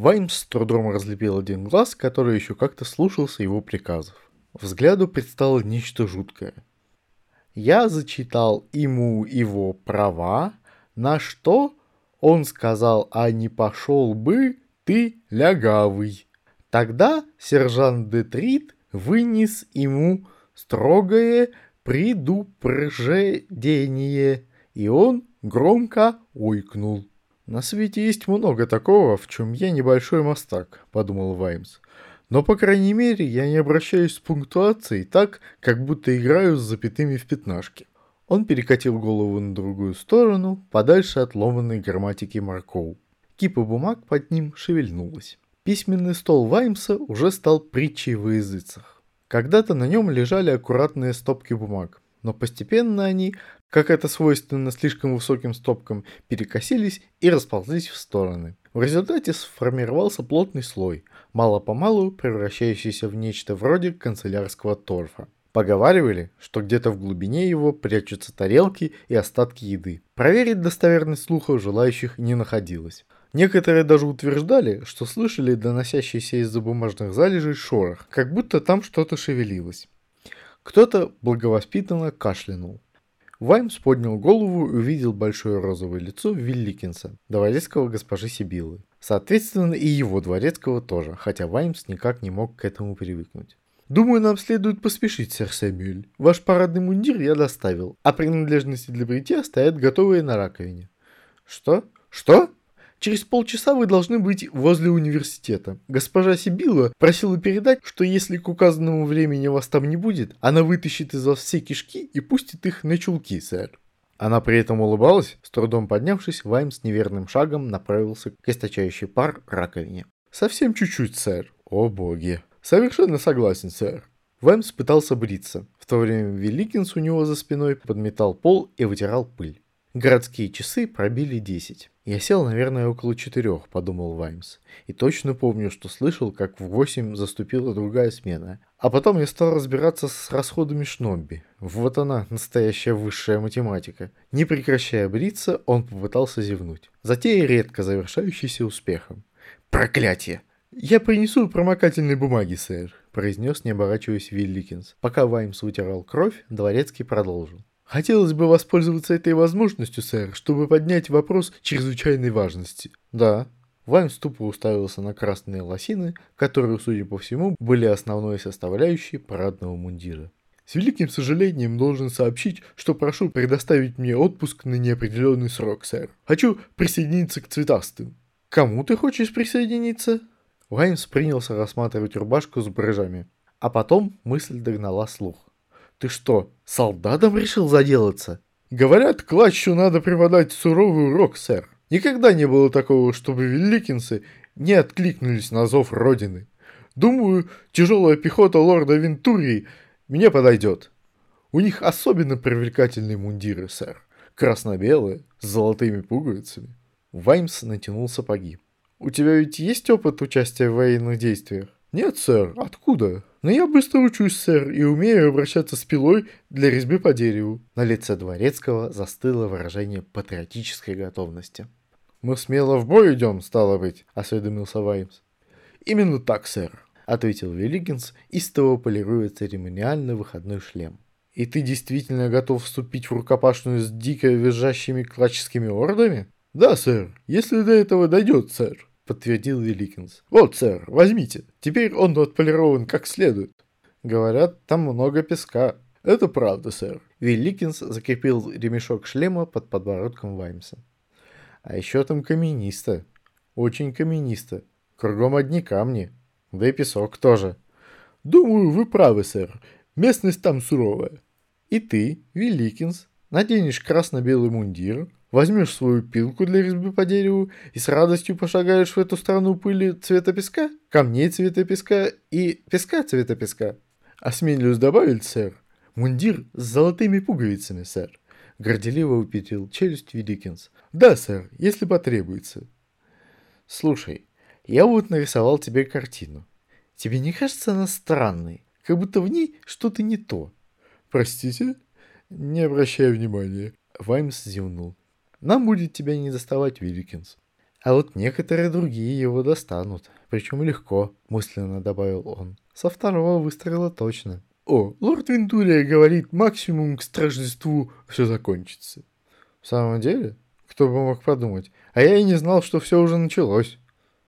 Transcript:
Ваймс с трудом разлепил один глаз, который еще как-то слушался его приказов. Взгляду предстало нечто жуткое. Я зачитал ему его права, на что он сказал: «А не пошел бы ты, лягавый». Тогда сержант Детрит вынес ему строгое предупреждение, и он громко ойкнул. «На свете есть много такого, в чем я небольшой мастак», — подумал Ваймс. «Но, по крайней мере, я не обращаюсь с пунктуацией так, как будто играю с запятыми в пятнашки». Он перекатил голову на другую сторону, подальше от ломаной грамматики Маркоу. Кипа бумаг под ним шевельнулась. Письменный стол Ваймса уже стал притчей во языцах. Когда-то на нем лежали аккуратные стопки бумаг, но постепенно они, как это свойственно слишком высоким стопкам, перекосились и расползлись в стороны. В результате сформировался плотный слой, мало-помалу превращающийся в нечто вроде канцелярского торфа. Поговаривали, что где-то в глубине его прячутся тарелки и остатки еды. Проверить достоверность слухов желающих не находилось. Некоторые даже утверждали, что слышали доносящийся из-за бумажных залежей шорох, как будто там что-то шевелилось. Кто-то благовоспитанно кашлянул. Ваймс поднял голову и увидел большое розовое лицо Вилликинса, дворецкого госпожи Сибиллы. Соответственно, и его дворецкого тоже, хотя Ваймс никак не мог к этому привыкнуть. «Думаю, нам следует поспешить, сэр Сэмюэль. Ваш парадный мундир я доставил, а принадлежности для бритья стоят готовые на раковине». «Что? Что?» «Через полчаса вы должны быть возле университета. Госпожа Сибилла просила передать, что если к указанному времени вас там не будет, она вытащит из вас все кишки и пустит их на чулки, сэр». Она при этом улыбалась. С трудом поднявшись, Ваймс неверным шагом направился к источающей пар раковине. «Совсем чуть-чуть, сэр». «О боги». «Совершенно согласен, сэр». Ваймс пытался бриться. В то время Вилликинс у него за спиной подметал пол и вытирал пыль. Городские часы пробили 10. «Я сел, наверное, около 4», — подумал Ваймс. И точно помню, что слышал, как в 8 заступила другая смена. А потом я стал разбираться с расходами Шнобби. Вот она, настоящая высшая математика. Не прекращая бриться, он попытался зевнуть. Затея, редко завершающаяся успехом. «Проклятие!» «Я принесу промокательные бумаги, сэр», — произнес, не оборачиваясь, Вилликинс. Пока Ваймс вытирал кровь, дворецкий продолжил. «Хотелось бы воспользоваться этой возможностью, сэр, чтобы поднять вопрос чрезвычайной важности». «Да». Ваймс тупо уставился на красные лосины, которые, судя по всему, были основной составляющей парадного мундира. «С великим сожалением должен сообщить, что прошу предоставить мне отпуск на неопределенный срок, сэр. Хочу присоединиться к цветастым». «Кому ты хочешь присоединиться?» Ваймс принялся рассматривать рубашку с брыжами, а потом мысль догнала слух. «Ты что, солдатом решил заделаться?» «Говорят, клатчу надо преподать суровый урок, сэр. Никогда не было такого, чтобы Вилликинсы не откликнулись на зов Родины. Думаю, тяжелая пехота лорда Вентурии мне подойдет. У них особенно привлекательные мундиры, сэр. Красно-белые, с золотыми пуговицами». Ваймс натянул сапоги. «У тебя ведь есть опыт участия в военных действиях?» «Нет, сэр. Откуда? Но я быстро учусь, сэр, и умею обращаться с пилой для резьбы по дереву». На лице дворецкого застыло выражение патриотической готовности. «Мы смело в бой идем, стало быть», — осведомился Ваймс. «Именно так, сэр», — ответил Вилликинс, истово полируя церемониальный выходной шлем. «И ты действительно готов вступить в рукопашную с дико визжащими клатчскими ордами?» «Да, сэр, если до этого дойдет, сэр», — подтвердил Вилликинс. «Вот, сэр, возьмите. Теперь он отполирован как следует». «Говорят, там много песка». «Это правда, сэр». Вилликинс закрепил ремешок шлема под подбородком Ваймса. «А еще там каменисто. Очень каменисто. Кругом одни камни. Да и песок тоже». «Думаю, вы правы, сэр. Местность там суровая». «И ты, Вилликинс, наденешь красно-белый мундир, возьмешь свою пилку для резьбы по дереву и с радостью пошагаешь в эту страну пыли цвета песка, камней цвета песка и песка цвета песка». «Осмелюсь добавить, сэр, мундир с золотыми пуговицами, сэр», — горделиво упятил челюсть Вилликинс. «Да, сэр, если потребуется». «Слушай, я вот нарисовал тебе картину. Тебе не кажется она странной, как будто в ней что-то не то?» «Простите?» «Не обращай внимания». Ваймс зевнул. «Нам будет тебя не доставать, Вилликинс». А вот некоторые другие его достанут, причем легко, мысленно добавил он. Со второго выстрела точно. О, лорд Вентурия говорит, максимум к Рождеству все закончится. В самом деле? Кто бы мог подумать. А я и не знал, что все уже началось.